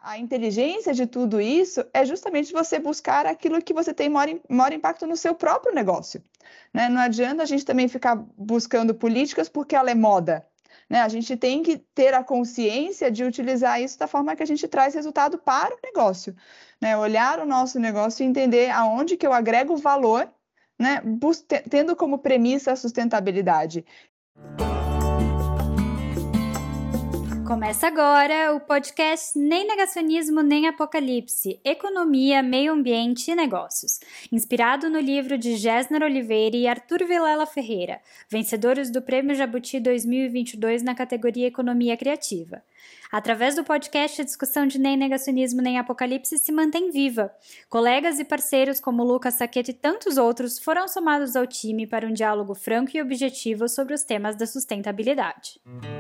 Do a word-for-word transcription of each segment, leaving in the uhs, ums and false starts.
a, a inteligência de tudo isso é justamente você buscar aquilo que você tem maior, maior impacto no seu próprio negócio, né? Não adianta a gente também ficar buscando políticas porque ela é moda, né? A gente tem que ter a consciência de utilizar isso da forma que a gente traz resultado para o negócio, né? Olhar o nosso negócio e entender aonde que eu agrego valor, né? Bus- tendo como premissa a sustentabilidade. Começa agora o podcast Nem Negacionismo Nem Apocalipse, Economia, Meio Ambiente e Negócios, inspirado no livro de Gessner Oliveira e Arthur Vilela Ferreira, vencedores do Prêmio Jabuti dois mil e vinte e dois na categoria Economia Criativa. Através do podcast, a discussão de Nem Negacionismo Nem Apocalipse se mantém viva. Colegas e parceiros como Lucas Saqueto e tantos outros foram somados ao time para um diálogo franco e objetivo sobre os temas da sustentabilidade.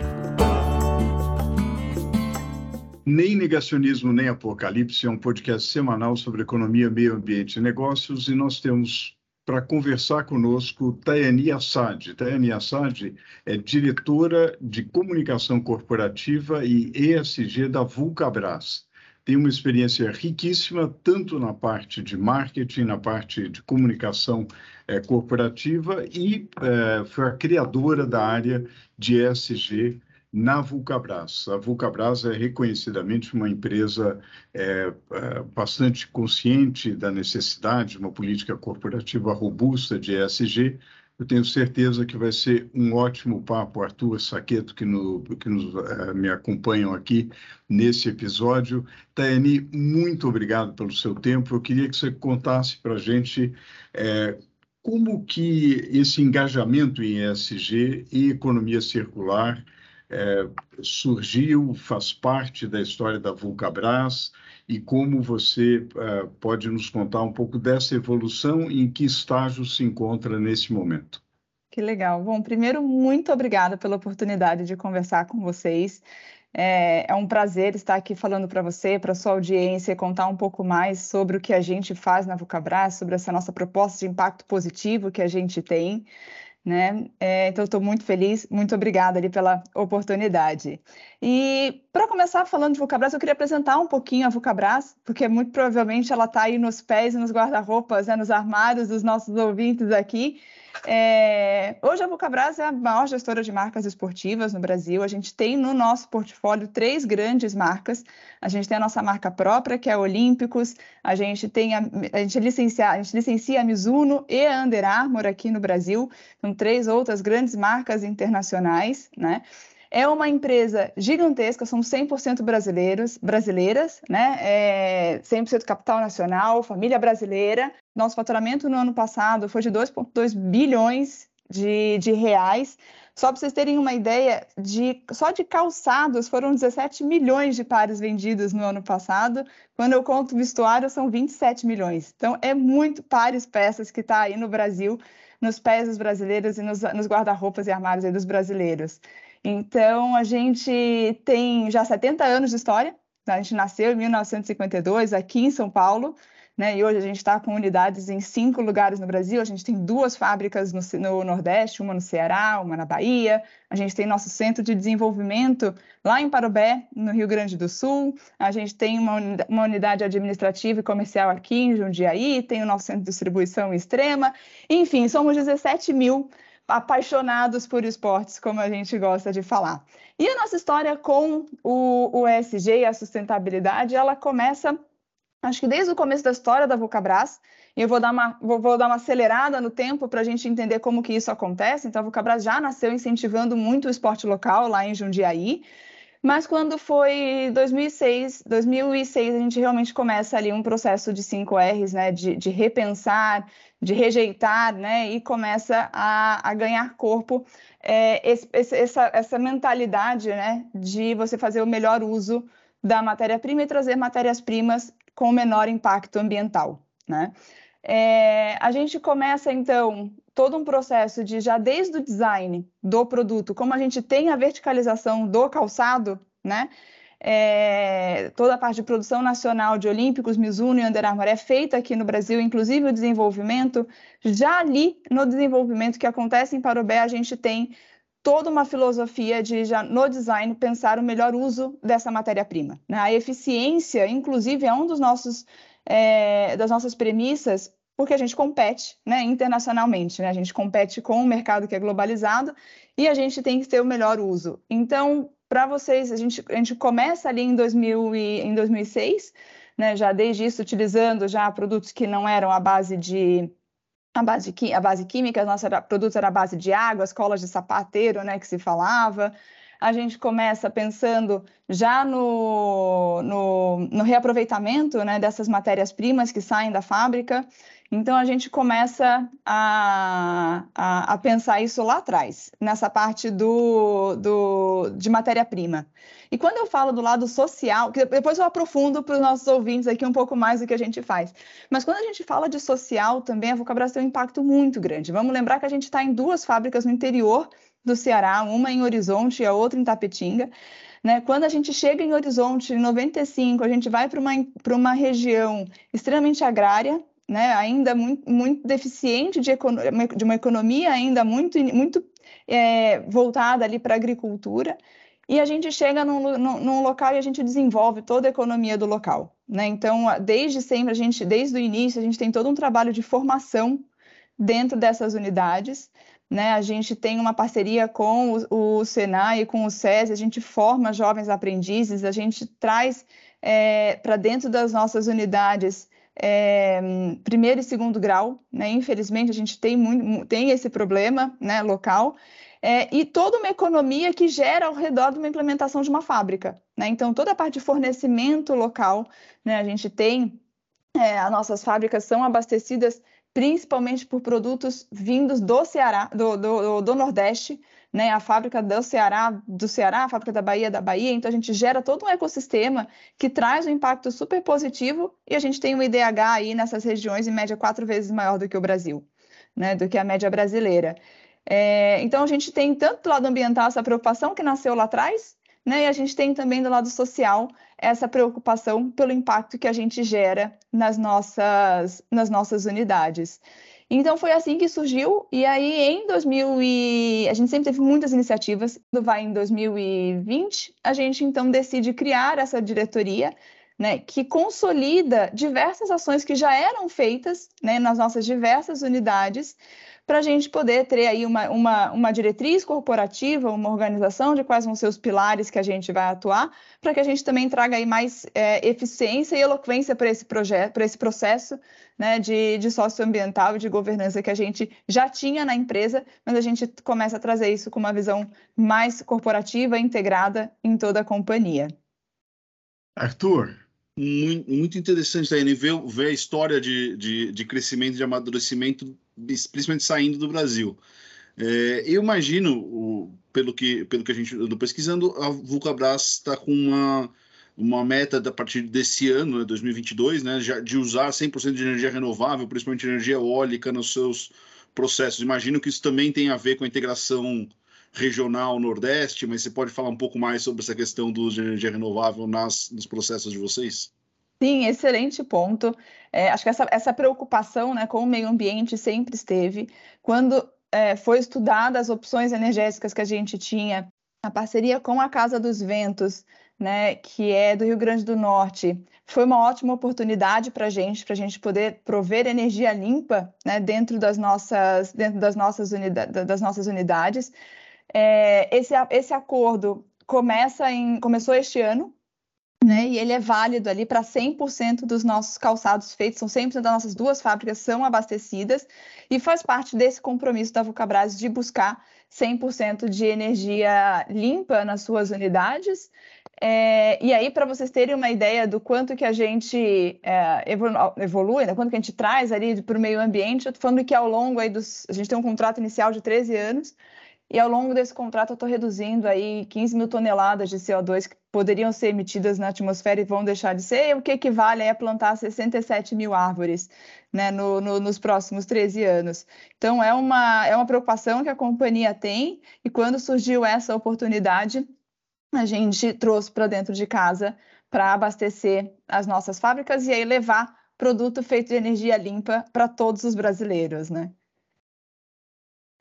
Nem Negacionismo Nem Apocalipse é um podcast semanal sobre economia, meio ambiente e negócios, e nós temos para conversar conosco Tayani Assad. Tayani Assad é diretora de comunicação corporativa e E S G da Vulcabras. Tem uma experiência riquíssima, tanto na parte de marketing, na parte de comunicação é, corporativa, e é, foi a criadora da área de E S G na Vulcabras. A Vulcabras é reconhecidamente uma empresa é, é, bastante consciente da necessidade de uma política corporativa robusta de E S G. Eu tenho certeza que vai ser um ótimo papo, Arthur Saqueto, que, no, que nos, uh, me acompanham aqui nesse episódio. Tayani, muito obrigado pelo seu tempo. Eu queria que você contasse para a gente é, como que esse engajamento em E S G e economia circular É, surgiu, faz parte da história da Vulcabras, e como você uh, pode nos contar um pouco dessa evolução e em que estágio se encontra nesse momento. Que legal. Bom, primeiro, muito obrigada pela oportunidade de conversar com vocês. É, é um prazer estar aqui falando para você, para a sua audiência, contar um pouco mais sobre o que a gente faz na Vulcabras, sobre essa nossa proposta de impacto positivo que a gente tem, né? É, então, estou muito feliz, muito obrigada ali pela oportunidade. E, para começar falando de Vulcabras, eu queria apresentar um pouquinho a Vulcabras, porque muito provavelmente ela está aí nos pés e nos guarda-roupas, né, nos armários dos nossos ouvintes aqui. É, hoje a Vulcabras é a maior gestora de marcas esportivas no Brasil. A gente tem no nosso portfólio três grandes marcas. A gente tem a nossa marca própria, que é a Olímpicos. A gente tem a, a gente licencia, a gente licencia a Mizuno e a Under Armour aqui no Brasil. São três outras grandes marcas internacionais, né? É uma empresa gigantesca, somos cem por cento brasileiros, brasileiras, né? É cem por cento capital nacional, família brasileira. Nosso faturamento no ano passado foi de dois vírgula dois bilhões de, de reais. Só para vocês terem uma ideia, de, só de calçados foram dezessete milhões de pares vendidos no ano passado. Quando eu conto vestuário, são vinte e sete milhões. Então, é muito pares, peças que está aí no Brasil, nos pés dos brasileiros e nos, nos guarda-roupas e armários aí dos brasileiros. Então, a gente tem já setenta anos de história. A gente nasceu em mil novecentos e cinquenta e dois, aqui em São Paulo, né? E hoje a gente está com unidades em cinco lugares no Brasil. A gente tem duas fábricas no, no Nordeste, uma no Ceará, uma na Bahia. A gente tem nosso centro de desenvolvimento lá em Parobé, no Rio Grande do Sul. A gente tem uma, uma unidade administrativa e comercial aqui em Jundiaí, tem o nosso centro de distribuição em Extrema. Enfim, somos dezessete mil apaixonados por esportes, como a gente gosta de falar. E a nossa história com o, o E S G e a sustentabilidade, ela começa, acho que desde o começo da história da Vulcabras, e eu vou dar uma, vou, vou dar uma acelerada no tempo para a gente entender como que isso acontece. Então, a Vulcabras já nasceu incentivando muito o esporte local lá em Jundiaí, mas quando foi dois mil e seis, dois mil e seis a gente realmente começa ali um processo de cinco R's, né, de, de repensar, de rejeitar, né, e começa a, a ganhar corpo é, esse, esse, essa, essa mentalidade, né, de você fazer o melhor uso da matéria-prima e trazer matérias-primas com menor impacto ambiental, né? É, a gente começa, então, todo um processo de, já desde o design do produto, como a gente tem a verticalização do calçado, né? É, toda a parte de produção nacional de Olímpicos, Mizuno e Under Armour é feita aqui no Brasil, inclusive o desenvolvimento. Já ali no desenvolvimento que acontece em Parobé, a gente tem toda uma filosofia de, já no design, pensar o melhor uso dessa matéria-prima, né? A eficiência, inclusive, é um dos nossos, é, das nossas premissas, porque a gente compete, né, internacionalmente, né? A gente compete com um mercado que é globalizado e a gente tem que ter o melhor uso. Então, para vocês, a gente, a gente começa ali em, dois mil e, em dois mil e seis, né, já desde isso, utilizando já produtos que não eram à base de a base, a base química, nosso produto era a base de água, as colas de sapateiro, né, que se falava. A gente começa pensando já no, no, no reaproveitamento, né, dessas matérias-primas que saem da fábrica. Então, a gente começa a, a, a pensar isso lá atrás, nessa parte do, do, de matéria-prima. E quando eu falo do lado social, que depois eu aprofundo para os nossos ouvintes aqui um pouco mais do que a gente faz, mas quando a gente fala de social também, a Vulcabras tem um impacto muito grande. Vamos lembrar que a gente está em duas fábricas no interior do Ceará, uma em Horizonte e a outra em Tapetinga. Né? Quando a gente chega em Horizonte, em noventa e cinco, a gente vai para uma, para uma região extremamente agrária, né? Ainda muito, muito deficiente de, de uma economia ainda muito, muito é, voltada ali para a agricultura, e a gente chega num, num, num local e a gente desenvolve toda a economia do local, né? Então, desde sempre, a gente, desde o início, a gente tem todo um trabalho de formação dentro dessas unidades, né? A gente tem uma parceria com o, o Senai e com o SESI, a gente forma jovens aprendizes, a gente traz é, para dentro das nossas unidades É, primeiro e segundo grau, né? Infelizmente a gente tem, muito, tem esse problema, né, local, é, e toda uma economia que gera ao redor de uma implementação de uma fábrica, né? Então toda a parte de fornecimento local, né, a gente tem, é, as nossas fábricas são abastecidas principalmente por produtos vindos do Ceará, do, do, do Nordeste, né? A fábrica do Ceará, do Ceará, a fábrica da Bahia, da Bahia. Então, a gente gera todo um ecossistema que traz um impacto super positivo e a gente tem um I D H aí nessas regiões, em média, quatro vezes maior do que o Brasil, né? Do que a média brasileira. É, então, a gente tem tanto do lado ambiental essa preocupação que nasceu lá atrás, né? E a gente tem também do lado social essa preocupação pelo impacto que a gente gera nas nossas, nas nossas unidades. Então, foi assim que surgiu, e aí em dois mil e... a gente sempre teve muitas iniciativas, quando vai em dois mil e vinte, a gente então decide criar essa diretoria, né, que consolida diversas ações que já eram feitas, né, nas nossas diversas unidades, para a gente poder ter aí uma, uma, uma diretriz corporativa, uma organização de quais vão ser os pilares que a gente vai atuar, para que a gente também traga aí mais é, eficiência e eloquência para esse projeto, para esse processo, né, de, de socioambiental e de governança que a gente já tinha na empresa, mas a gente começa a trazer isso com uma visão mais corporativa, integrada em toda a companhia. Arthur. Muito, muito interessante, Tayane, ver, ver a história de, de, de crescimento, de amadurecimento, principalmente saindo do Brasil. É, eu imagino, o, pelo, que, pelo que a gente andou pesquisando, a Vulcabras está com uma, uma meta a partir desse ano, né, dois mil e vinte e dois, né, já, de usar cem por cento de energia renovável, principalmente energia eólica, nos seus processos. Imagino que isso também tem a ver com a integração regional Nordeste, mas você pode falar um pouco mais sobre essa questão do uso de energia renovável nas, nos processos de vocês? Sim, excelente ponto. É, acho que essa, essa preocupação, né, com o meio ambiente sempre esteve. Quando é, foi estudada as opções energéticas que a gente tinha, a parceria com a Casa dos Ventos, né, que é do Rio Grande do Norte, foi uma ótima oportunidade para a gente, para a gente poder prover energia limpa, né, dentro das nossas, dentro das nossas, unida das nossas unidades. É, esse, esse acordo começa em, começou este ano, né, e ele é válido ali para cem por cento dos nossos calçados feitos, são cem por cento das nossas duas fábricas são abastecidas, e faz parte desse compromisso da Vulcabras de buscar cem por cento de energia limpa nas suas unidades. É, e aí, para vocês terem uma ideia do quanto que a gente é, evolui, né, quanto que a gente traz ali para o meio ambiente, eu estou falando que ao longo aí dos... a gente tem um contrato inicial de treze anos, e ao longo desse contrato eu estou reduzindo aí quinze mil toneladas de C O dois que poderiam ser emitidas na atmosfera e vão deixar de ser, o que equivale a plantar sessenta e sete mil árvores, né, no, no, nos próximos treze anos. Então é uma, é uma preocupação que a companhia tem, e quando surgiu essa oportunidade, a gente trouxe para dentro de casa para abastecer as nossas fábricas e aí levar produto feito de energia limpa para todos os brasileiros, né?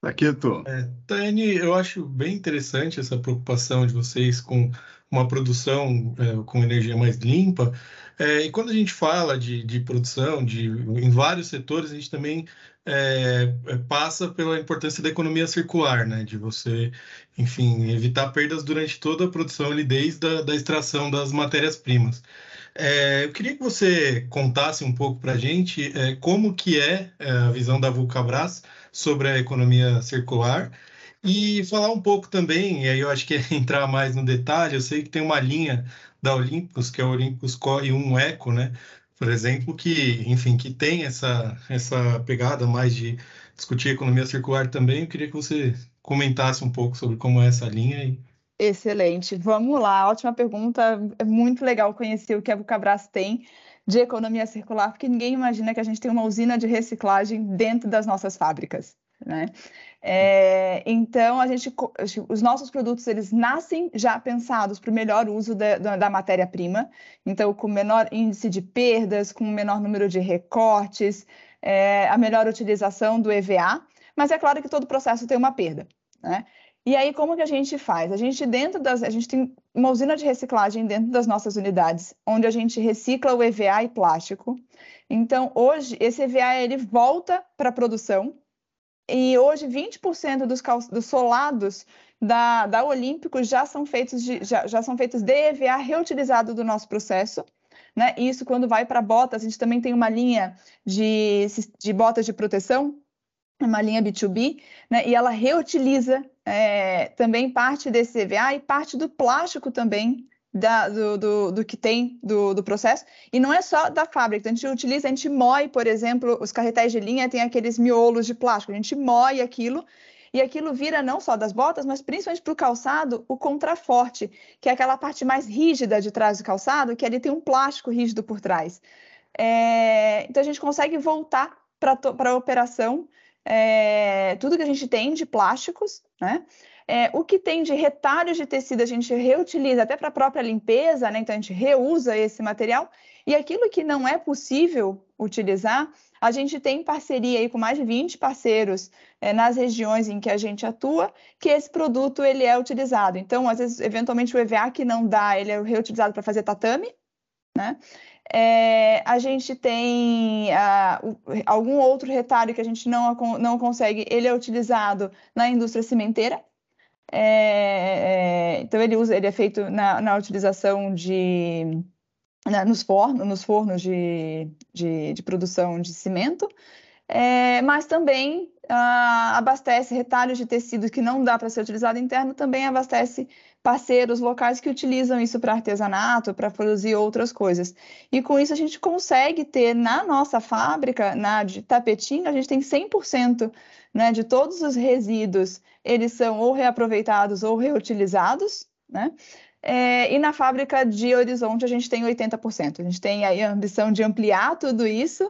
Taqueto. É, Taiane, eu acho bem interessante essa preocupação de vocês com uma produção é, com energia mais limpa. É, e quando a gente fala de, de produção de, em vários setores, a gente também é, é, passa pela importância da economia circular, né? De você, enfim, evitar perdas durante toda a produção ali, desde a da extração das matérias-primas. É, eu queria que você contasse um pouco para a gente é, como que é, é a visão da Vulcabras sobre a economia circular e falar um pouco também, e aí eu acho que é entrar mais no detalhe, eu sei que tem uma linha da Olympus, que é o Olympus Core um Eco, né? Por exemplo, que, enfim, que tem essa, essa pegada mais de discutir economia circular também. Eu queria que você comentasse um pouco sobre como é essa linha e Excelente. Vamos lá, ótima pergunta. É muito legal conhecer o que a Vulcabras tem de economia circular, porque ninguém imagina que a gente tem uma usina de reciclagem dentro das nossas fábricas, né? É, então, a gente, os nossos produtos, eles nascem já pensados para o melhor uso da, da matéria-prima, então, com menor índice de perdas, com menor número de recortes, é, a melhor utilização do E V A, mas é claro que todo processo tem uma perda, né? E aí, como que a gente faz? A gente, dentro das, a gente tem uma usina de reciclagem dentro das nossas unidades, onde a gente recicla o E V A e plástico. Então, hoje, esse E V A ele volta para a produção, e hoje vinte por cento dos, cal... dos solados da, da Olímpicos já são feitos de, já, já são feitos de E V A reutilizado do nosso processo, né? Isso, quando vai para botas, a gente também tem uma linha de, de botas de proteção, uma linha B dois B, né? E ela reutiliza é, também parte desse E V A e parte do plástico também da, do, do, do que tem do, do processo. E não é só da fábrica, a gente utiliza, a gente moe, por exemplo, os carretéis de linha tem aqueles miolos de plástico, a gente moe aquilo e aquilo vira não só das botas, mas principalmente para o calçado, o contraforte, que é aquela parte mais rígida de trás do calçado, que ali tem um plástico rígido por trás. É, então a gente consegue voltar para a operação É, tudo que a gente tem de plásticos, né? É, o que tem de retalhos de tecido a gente reutiliza até para a própria limpeza, né? Então a gente reusa esse material. E aquilo que não é possível utilizar, a gente tem parceria aí com mais de vinte parceiros é, nas regiões em que a gente atua, que esse produto ele é utilizado. Então, às vezes, eventualmente, o E V A que não dá, ele é reutilizado para fazer tatame, né? É, a gente tem uh, algum outro retalho que a gente não, não consegue, ele é utilizado na indústria cimenteira. É, é, então, ele, usa, ele é feito na, na utilização de, na, nos, fornos, nos fornos de, de, de produção de cimento, é, mas também uh, abastece retalhos de tecido que não dá para ser utilizado interno, também abastece parceiros locais que utilizam isso para artesanato, para produzir outras coisas. E com isso a gente consegue ter na nossa fábrica, na de Tapetinga, a gente tem cem por cento, né, de todos os resíduos, eles são ou reaproveitados ou reutilizados, né? É, e na fábrica de Horizonte a gente tem oitenta por cento. A gente tem aí a ambição de ampliar tudo isso.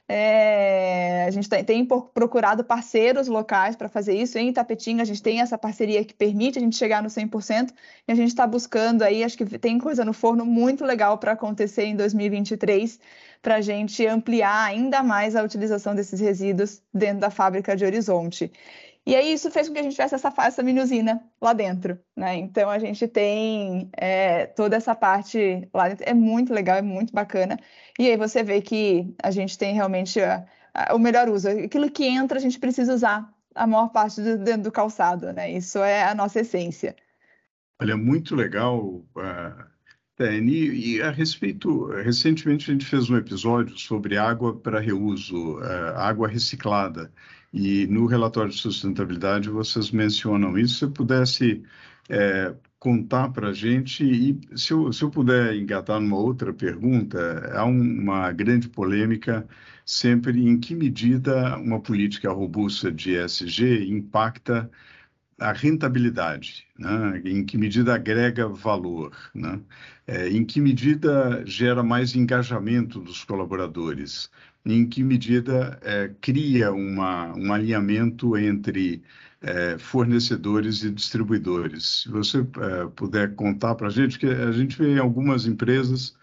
É, a gente tem, tem procurado parceiros locais para fazer isso. Em Itapetinga, a gente tem essa parceria que permite a gente chegar no cem por cento e a gente está buscando aí, acho que tem coisa no forno muito legal para acontecer em dois mil e vinte e três, para a gente ampliar ainda mais a utilização desses resíduos dentro da fábrica de Horizonte. E aí isso fez com que a gente tivesse essa, essa mini usina lá dentro, né? Então a gente tem é, toda essa parte lá dentro, é muito legal, é muito bacana. E aí você vê que a gente tem realmente a, a, o melhor uso. Aquilo que entra, a gente precisa usar a maior parte do, dentro do calçado, né? Isso é a nossa essência. Olha, muito legal, uh, Tani. E a respeito, recentemente a gente fez um episódio sobre água para reuso, uh, água reciclada. E no relatório de sustentabilidade vocês mencionam isso. Se eu pudesse é, contar para a gente, e se eu, se eu puder engatar numa outra pergunta, há um, uma grande polêmica sempre em que medida uma política robusta de E S G impacta a rentabilidade, né? Em que medida agrega valor, né? É, em que medida gera mais engajamento dos colaboradores, em que medida é, cria uma, um alinhamento entre é, fornecedores e distribuidores. Se você é, puder contar para a gente, que a gente vê em algumas empresas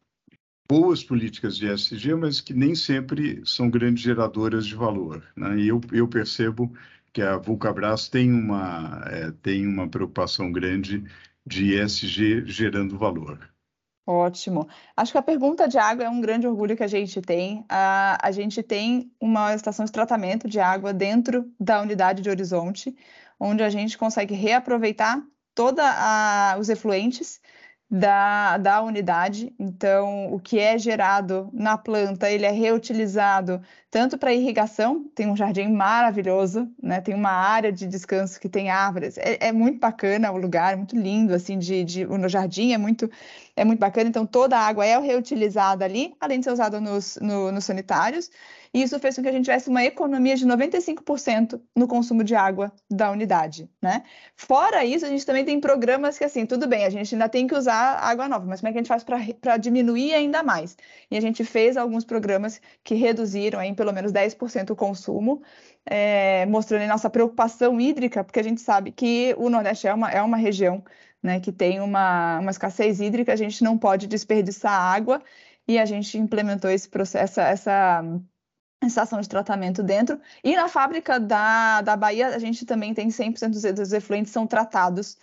boas políticas de E S G, mas que nem sempre são grandes geradoras de valor, né? E eu, eu percebo que a Vulcabras tem uma, é, tem uma preocupação grande de E S G gerando valor. Ótimo. Acho que a pergunta de água é um grande orgulho que a gente tem. A, a gente tem uma estação de tratamento de água dentro da unidade de Horizonte, onde a gente consegue reaproveitar todos os efluentes da, da unidade. Então, o que é gerado na planta, ele é reutilizado tanto para irrigação, tem um jardim maravilhoso, né? Tem uma área de descanso que tem árvores, é, é muito bacana o lugar, muito lindo, assim, de, de, no jardim é muito, é muito bacana, então toda a água é reutilizada ali, além de ser usada nos, no, nos sanitários, e isso fez com que a gente tivesse uma economia de noventa e cinco por cento no consumo de água da unidade, né? Fora isso, a gente também tem programas que, assim, tudo bem, a gente ainda tem que usar água nova, mas como é que a gente faz para diminuir ainda mais? E a gente fez alguns programas que reduziram em pelo menos dez por cento o consumo, é, mostrando a nossa preocupação hídrica, porque a gente sabe que o Nordeste é uma, é uma região, né, que tem uma, uma escassez hídrica, a gente não pode desperdiçar água, e a gente implementou esse processo, essa... estação de tratamento dentro, e na fábrica da, da Bahia a gente também tem cem por cento dos efluentes são tratados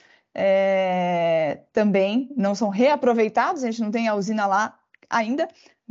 é, também, não são reaproveitados, a gente não tem a usina lá ainda,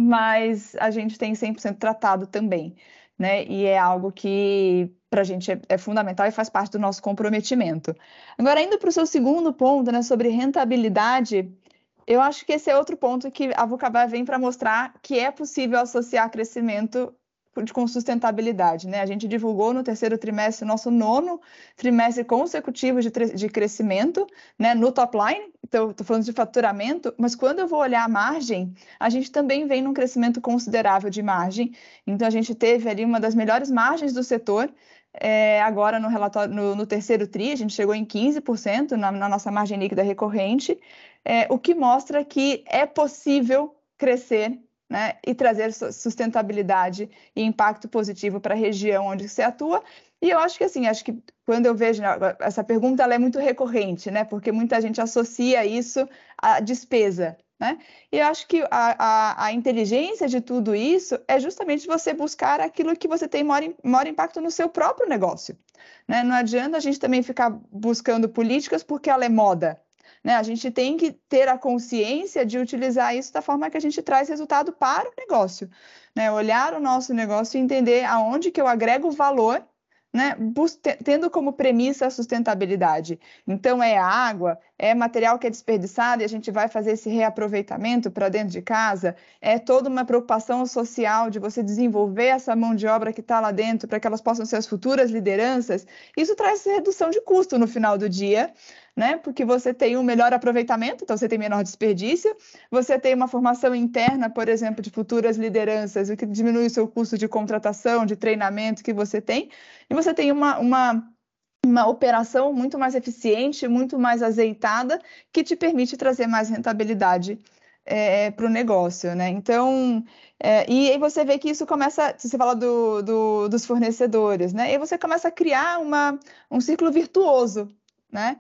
mas a gente tem cem por cento tratado também, né? E é algo que para a gente é, é fundamental e faz parte do nosso comprometimento. Agora, indo para o seu segundo ponto, né, sobre rentabilidade, eu acho que esse é outro ponto que a Vulcabras vem para mostrar que é possível associar crescimento com sustentabilidade, né? A gente divulgou no terceiro trimestre, nosso nono trimestre consecutivo de, de crescimento, né, no top line, então estou falando de faturamento, mas quando eu vou olhar a margem, a gente também vem num crescimento considerável de margem, então a gente teve ali uma das melhores margens do setor, é, agora no relatório, no, no terceiro tri, a gente chegou em quinze por cento na, na nossa margem líquida recorrente, é, o que mostra que é possível crescer, né, e trazer sustentabilidade e impacto positivo para a região onde você atua. E eu acho que assim, acho que quando eu vejo, essa pergunta ela é muito recorrente, né, porque muita gente associa isso à despesa, né, e eu acho que a, a, a inteligência de tudo isso é justamente você buscar aquilo que você tem maior, maior impacto no seu próprio negócio, né, não adianta a gente também ficar buscando políticas porque ela é moda, né? A gente tem que ter a consciência de utilizar isso da forma que a gente traz resultado para o negócio, né? Olhar o nosso negócio e entender aonde que eu agrego valor, né? Tendo como premissa a sustentabilidade. Então, é água, é material que é desperdiçado e a gente vai fazer esse reaproveitamento para dentro de casa, é toda uma preocupação social de você desenvolver essa mão de obra que está lá dentro para que elas possam ser as futuras lideranças. Isso traz redução de custo no final do dia, né? Porque você tem um melhor aproveitamento, então você tem menor desperdício, você tem uma formação interna, por exemplo, de futuras lideranças, o que diminui o seu custo de contratação, de treinamento que você tem, e você tem uma, uma, uma operação muito mais eficiente, muito mais azeitada, que te permite trazer mais rentabilidade é, para o negócio, né? Então, é, e aí você vê que isso começa, se você fala do, do, dos fornecedores, né? E aí você começa a criar uma, um ciclo virtuoso, né?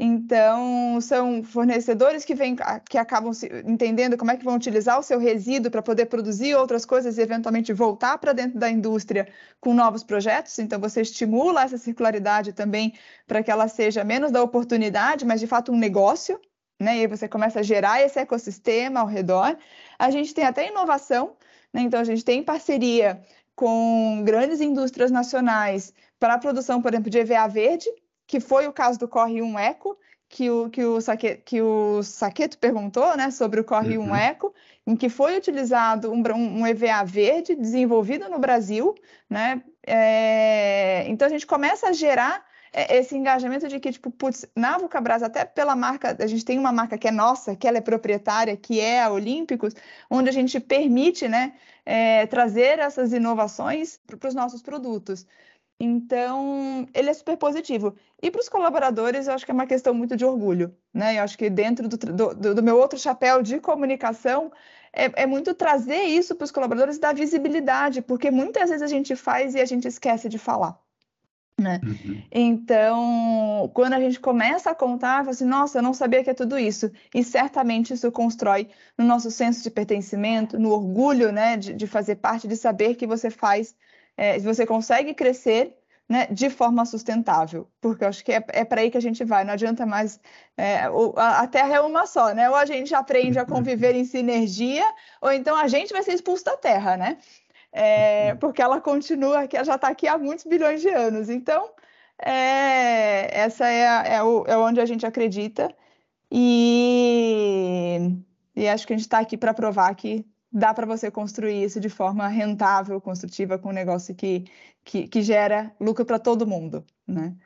Então, são fornecedores que, vem, que acabam se, entendendo como é que vão utilizar o seu resíduo para poder produzir outras coisas e eventualmente voltar para dentro da indústria com novos projetos. Então, você estimula essa circularidade também para que ela seja menos da oportunidade, mas de fato um negócio, né? E aí você começa a gerar esse ecossistema ao redor. A gente tem até inovação, né? Então, a gente tem parceria com grandes indústrias nacionais para a produção, por exemplo, de E V A verde, que foi o caso do Corre um Eco, que o, que o, Saque, que o Saqueto perguntou, né, sobre o Corre um Eco, em que foi utilizado um, um E V A verde desenvolvido no Brasil, né? É, então a gente começa a gerar esse engajamento de que, tipo, putz, na Vulcabras, até pela marca, a gente tem uma marca que é nossa, que ela é proprietária, que é a Olímpicos, onde a gente permite, né, é, trazer essas inovações para os nossos produtos. Então, ele é super positivo. E para os colaboradores, eu acho que é uma questão muito de orgulho, né? Eu acho que dentro do, do, do meu outro chapéu de comunicação, é, é muito trazer isso para os colaboradores e dar visibilidade, porque muitas vezes a gente faz e a gente esquece de falar, né? Uhum. Então, quando a gente começa a contar, fala assim, nossa, eu não sabia que é tudo isso. E certamente isso constrói no nosso senso de pertencimento, no orgulho, né, de, de fazer parte, de saber que você faz... É, você consegue crescer né, de forma sustentável, porque eu acho que é, é para aí que a gente vai, não adianta mais, é, o, a, a Terra é uma só, né? Ou a gente aprende a conviver em sinergia, ou então a gente vai ser expulso da Terra, né? É, porque ela continua, que já está aqui há muitos bilhões de anos. Então, é, essa é, a, é, o, é onde a gente acredita, e, e acho que a gente está aqui para provar que dá para você construir isso de forma rentável, construtiva, com um negócio que, que, que gera lucro para todo mundo, né?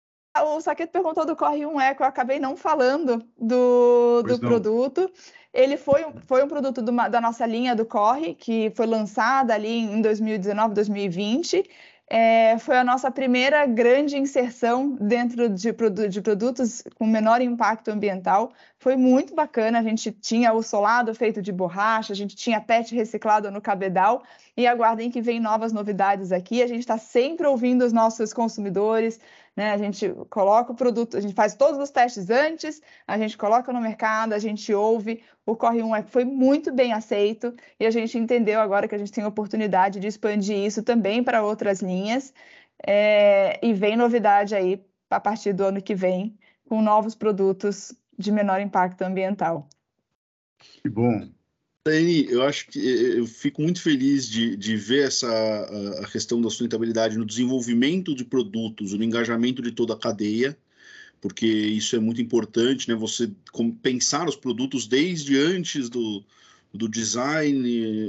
O Saqueto perguntou do Corre um Eco, eu acabei não falando do, do produto. Ele foi, foi um produto do, da nossa linha do Corre, que foi lançada ali em dois mil e dezenove, dois mil e vinte. É, foi a nossa primeira grande inserção dentro de, de produtos com menor impacto ambiental. Foi muito bacana, a gente tinha o solado feito de borracha, a gente tinha P E T reciclado no cabedal, e aguardem que vem novas novidades aqui. A gente está sempre ouvindo os nossos consumidores, né? A gente coloca o produto, a gente faz todos os testes antes, a gente coloca no mercado, a gente ouve. O Corre um Eco foi muito bem aceito, e a gente entendeu agora que a gente tem a oportunidade de expandir isso também para outras linhas, é, e vem novidade aí a partir do ano que vem, com novos produtos de menor impacto ambiental. Que bom. Taiane, eu acho que eu fico muito feliz de, de ver essa a, a questão da sustentabilidade no desenvolvimento de produtos, no engajamento de toda a cadeia, porque isso é muito importante, né? Você pensar os produtos desde antes do, do design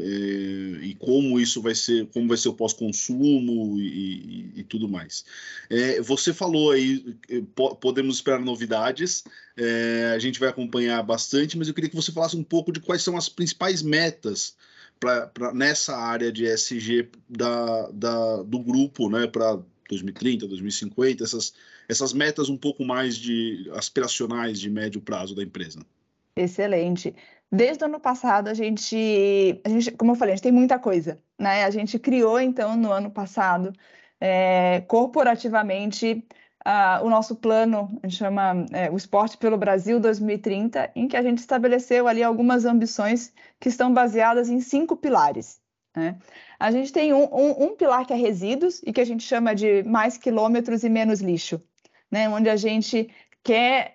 e, e como isso vai ser, como vai ser o pós-consumo e, e, e tudo mais. É, você falou aí, podemos esperar novidades, é, a gente vai acompanhar bastante, mas eu queria que você falasse um pouco de quais são as principais metas pra, pra, nessa área de E S G da, da, do grupo, né, para dois mil e trinta, dois mil e cinquenta, essas, essas metas um pouco mais de aspiracionais de médio prazo da empresa. Excelente. Desde o ano passado, a gente, a gente, como eu falei, a gente tem muita coisa, né? A gente criou, então, no ano passado, é, corporativamente, uh, o nosso plano, a gente chama é, o Esporte pelo Brasil dois mil e trinta, em que a gente estabeleceu ali algumas ambições que estão baseadas em cinco pilares, né? A gente tem um, um, um pilar que é resíduos, e que a gente chama de mais quilômetros e menos lixo, né? Onde a gente quer...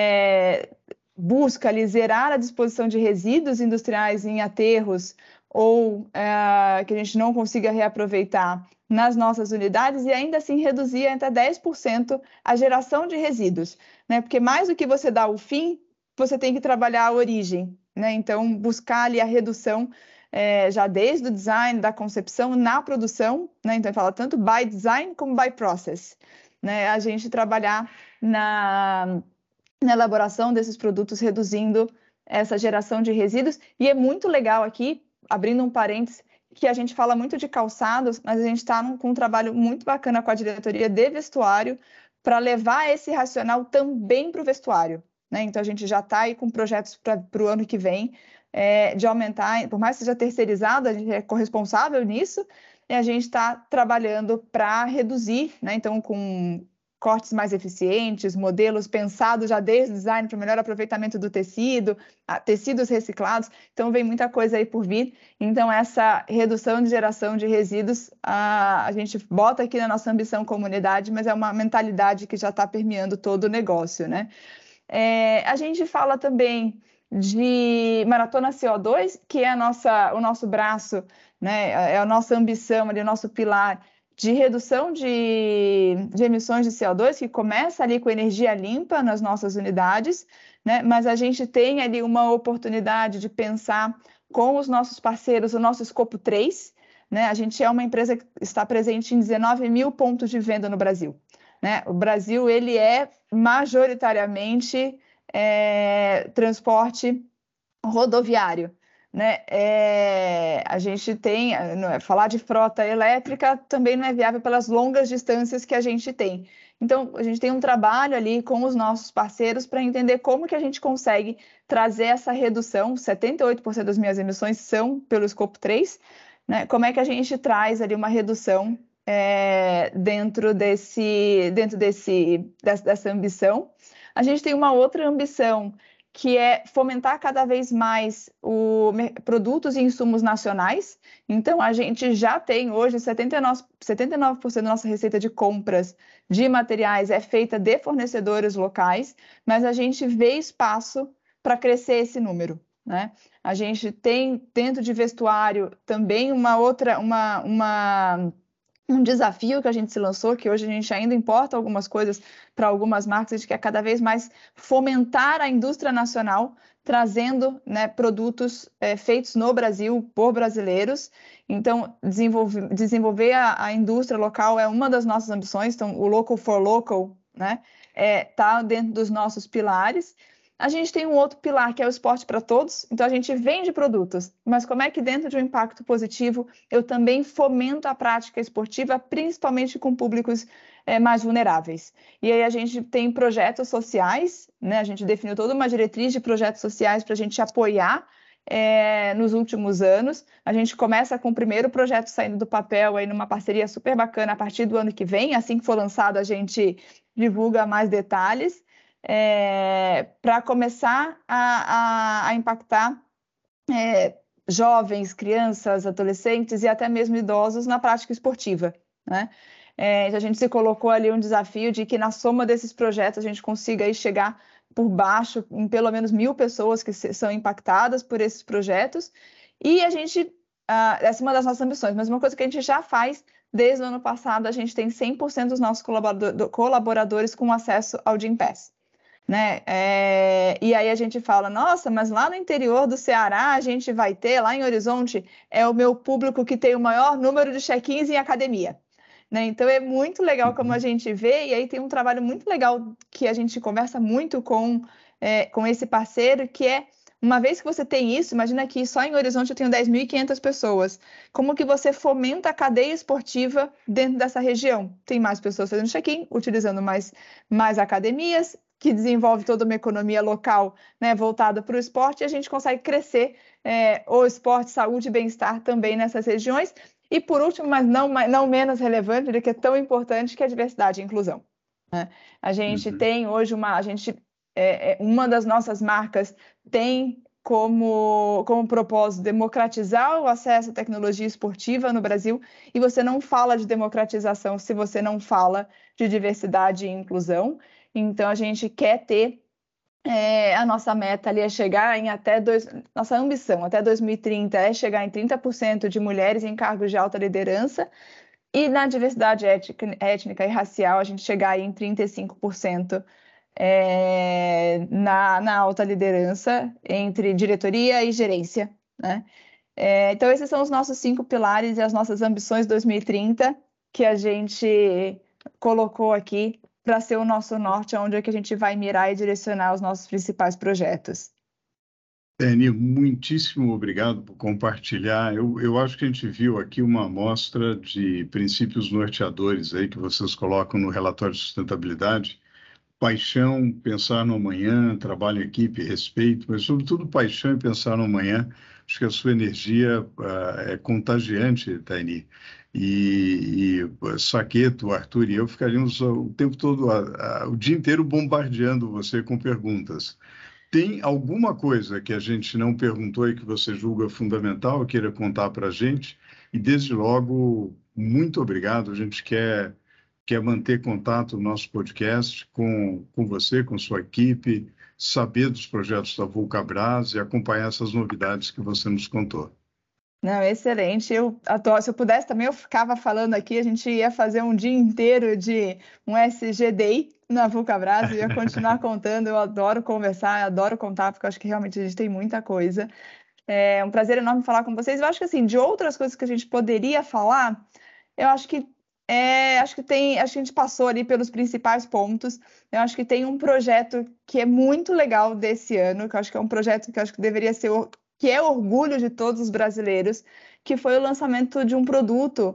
É, busca ali zerar a disposição de resíduos industriais em aterros ou é, que a gente não consiga reaproveitar nas nossas unidades, e ainda assim reduzir até dez por cento a geração de resíduos, né? Porque mais do que você dá o fim, você tem que trabalhar a origem, né? Então, buscar ali a redução é, já desde o design, da concepção, na produção, né? Então, fala tanto by design como by process, né? A gente trabalhar na... na elaboração desses produtos, reduzindo essa geração de resíduos. E é muito legal aqui, abrindo um parênteses, que a gente fala muito de calçados, mas a gente está com um trabalho muito bacana com a diretoria de vestuário para levar esse racional também para o vestuário, né? Então, a gente já está aí com projetos para o ano que vem, é, de aumentar, por mais que seja terceirizado, a gente é corresponsável nisso, e a gente está trabalhando para reduzir, né? Então, com cortes mais eficientes, modelos pensados já desde o design para melhor aproveitamento do tecido, tecidos reciclados. Então, vem muita coisa aí por vir. Então, essa redução de geração de resíduos, a, a gente bota aqui na nossa ambição comunidade, mas é uma mentalidade que já está permeando todo o negócio, né? É, a gente fala também de Maratona C O dois, que é a nossa, o nosso braço, né? É a nossa ambição, ali, o nosso pilar de redução de, de emissões de C O dois, que começa ali com energia limpa nas nossas unidades, né? Mas a gente tem ali uma oportunidade de pensar com os nossos parceiros o nosso escopo três, né? A gente é uma empresa que está presente em dezenove mil pontos de venda no Brasil, né? O Brasil, ele é majoritariamente é, transporte rodoviário, né? É, a gente tem, falar de frota elétrica também não é viável pelas longas distâncias que a gente tem. Então, a gente tem um trabalho ali com os nossos parceiros para entender como que a gente consegue trazer essa redução. setenta e oito por cento das minhas emissões são pelo escopo três, né? Como é que a gente traz ali uma redução é, dentro, desse, dentro desse, dessa, dessa ambição? A gente tem uma outra ambição, que é fomentar cada vez mais o, produtos e insumos nacionais. Então, a gente já tem hoje setenta e nove por cento da nossa receita de compras de materiais é feita de fornecedores locais, mas a gente vê espaço para crescer esse número, né? A gente tem dentro de vestuário também uma outra, uma, uma, um desafio que a gente se lançou, que hoje a gente ainda importa algumas coisas para algumas marcas, a gente quer cada vez mais fomentar a indústria nacional, trazendo, né, produtos é, feitos no Brasil por brasileiros. Então, desenvolver, desenvolver a, a indústria local é uma das nossas ambições. Então, o Local for Local, né, é, tá dentro dos nossos pilares. A gente tem um outro pilar, que é o esporte para todos. Então, a gente vende produtos, mas como é que dentro de um impacto positivo eu também fomento a prática esportiva, principalmente com públicos é, mais vulneráveis. E aí a gente tem projetos sociais, né? A gente definiu toda uma diretriz de projetos sociais para a gente apoiar é, nos últimos anos. A gente começa com o primeiro projeto saindo do papel, aí numa parceria super bacana a partir do ano que vem. Assim que for lançado, a gente divulga mais detalhes. É, para começar a, a, a impactar é, jovens, crianças, adolescentes e até mesmo idosos na prática esportiva, né? É, a gente se colocou ali um desafio de que na soma desses projetos a gente consiga aí chegar por baixo em pelo menos mil pessoas que se, são impactadas por esses projetos, e a gente, ah, essa é uma das nossas ambições, mas uma coisa que a gente já faz desde o ano passado, a gente tem cem por cento dos nossos colaborador, colaboradores com acesso ao Gympass. Né? É, e aí a gente fala, nossa, mas lá no interior do Ceará a gente vai ter, lá em Horizonte, é o meu público que tem o maior número de check-ins em academia. Né? Então é muito legal como a gente vê, e aí tem um trabalho muito legal que a gente conversa muito com, é, com esse parceiro, que é, uma vez que você tem isso, imagina que só em Horizonte eu tenho dez mil e quinhentas pessoas, como que você fomenta a cadeia esportiva dentro dessa região? Tem mais pessoas fazendo check-in, utilizando mais, mais academias, que desenvolve toda uma economia local, né, voltada para o esporte, e a gente consegue crescer é, o esporte, saúde e bem-estar também nessas regiões. E por último, mas não, não menos relevante, que é tão importante, que é a diversidade e inclusão. Né? A gente uhum. tem hoje uma, a gente, é, uma das nossas marcas tem como, como propósito democratizar o acesso à tecnologia esportiva no Brasil, e você não fala de democratização se você não fala de diversidade e inclusão. Então, a gente quer ter, é, a nossa meta ali é chegar em até, dois, nossa ambição até dois mil e trinta é chegar em trinta por cento de mulheres em cargos de alta liderança, e na diversidade étnica, étnica e racial a gente chegar aí em trinta e cinco por cento é, na, na alta liderança, entre diretoria e gerência, né? É, então, esses são os nossos cinco pilares e as nossas ambições dois mil e trinta que a gente colocou aqui para ser o nosso norte, onde é que a gente vai mirar e direcionar os nossos principais projetos. Tayane, muitíssimo obrigado por compartilhar. Eu, eu acho que a gente viu aqui uma amostra de princípios norteadores aí que vocês colocam no relatório de sustentabilidade. Paixão, pensar no amanhã, trabalho em equipe, respeito, mas sobretudo paixão e pensar no amanhã. Acho que a sua energia uh, é contagiante, Tayane. E, e Saqueto, Arthur e eu ficaríamos o tempo todo, a, a, o dia inteiro bombardeando você com perguntas. Tem alguma coisa que a gente não perguntou e que você julga fundamental, queira contar para a gente? E desde logo, muito obrigado. A gente quer, quer manter contato no nosso podcast com, com você, com sua equipe, saber dos projetos da Vulcabras e acompanhar essas novidades que você nos contou. Não, excelente. Eu adoro. Se eu pudesse também, eu ficava falando aqui, a gente ia fazer um dia inteiro de um S G Day na Vulcabras, e ia continuar contando. Eu adoro conversar, adoro contar, porque eu acho que realmente a gente tem muita coisa. É um prazer enorme falar com vocês. Eu acho que, assim, de outras coisas que a gente poderia falar, eu acho que é, acho que tem, acho que a gente passou ali pelos principais pontos. Eu acho que tem um projeto que é muito legal desse ano, que eu acho que é um projeto que eu acho que deveria ser o que é orgulho de todos os brasileiros, que foi o lançamento de um produto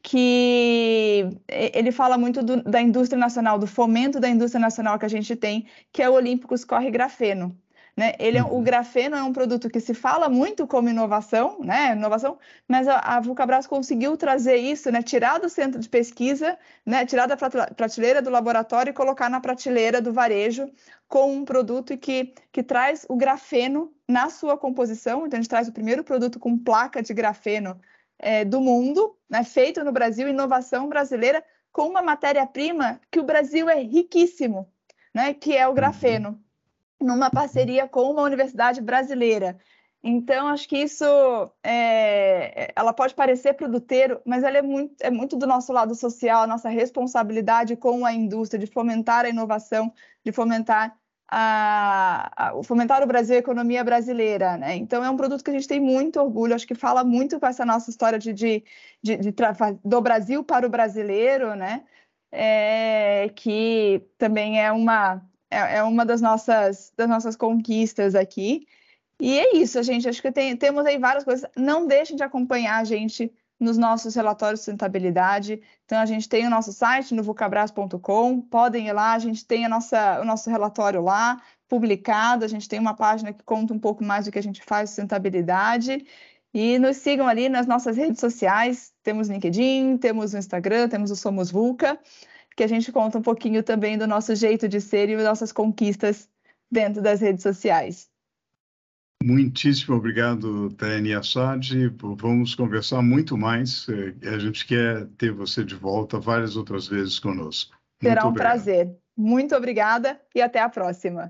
que ele fala muito do, da indústria nacional, do fomento da indústria nacional que a gente tem, que é o Olímpicos Corre Grafeno. né? Ele é, o grafeno é um produto que se fala muito como inovação, né? Inovação, mas a, a Vulcabras conseguiu trazer isso, né? Tirar do centro de pesquisa, né? Tirar da prateleira do laboratório e colocar na prateleira do varejo com um produto que, que traz o grafeno na sua composição. Então, a gente traz o primeiro produto com placa de grafeno é, do mundo, né? Feito no Brasil, inovação brasileira, com uma matéria-prima que o Brasil é riquíssimo, né? Que é o grafeno, numa parceria com uma universidade brasileira. Então, acho que isso, é, ela pode parecer produteiro, mas ela é muito, é muito do nosso lado social, a nossa responsabilidade com a indústria, de fomentar a inovação, de fomentar, a, a, fomentar o Brasil, a economia brasileira, né? Então, é um produto que a gente tem muito orgulho, acho que fala muito com essa nossa história de, de, de, de do Brasil para o brasileiro, né? É, que também é uma, é, é uma das nossas, das nossas conquistas aqui. E é isso, gente. Acho que tem, temos aí várias coisas. Não deixem de acompanhar a gente nos nossos relatórios de sustentabilidade. Então, a gente tem o nosso site no vulcabras ponto com. Podem ir lá, a gente tem a nossa, o nosso relatório lá, publicado. A gente tem uma página que conta um pouco mais do que a gente faz de sustentabilidade. E nos sigam ali nas nossas redes sociais. Temos LinkedIn, temos o Instagram, temos o Somos Vulca, que a gente conta um pouquinho também do nosso jeito de ser e das nossas conquistas dentro das redes sociais. Muitíssimo obrigado, Tayane Assad. Vamos conversar muito mais. A gente quer ter você de volta várias outras vezes conosco. Será um prazer. Muito obrigada e até a próxima.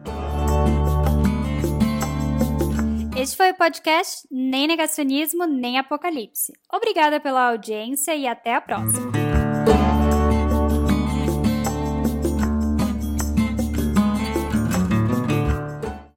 Este foi o podcast Nem Negacionismo, Nem Apocalipse. Obrigada pela audiência e até a próxima.